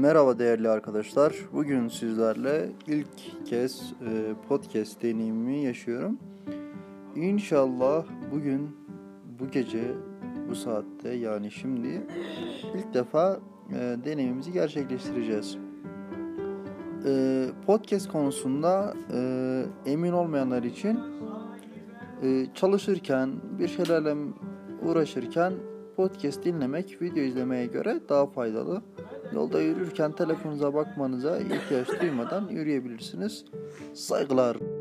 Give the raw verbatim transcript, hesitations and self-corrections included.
Merhaba değerli arkadaşlar. Bugün sizlerle ilk kez e, podcast deneyimimi yaşıyorum. İnşallah bugün, bu gece, bu saatte yani şimdi ilk defa e, deneyimimizi gerçekleştireceğiz. E, podcast konusunda e, emin olmayanlar için e, çalışırken, bir şeylerle uğraşırken podcast dinlemek video izlemeye göre daha faydalı. Yolda yürürken telefonunuza bakmanıza ihtiyaç duymadan yürüyebilirsiniz. Saygılar.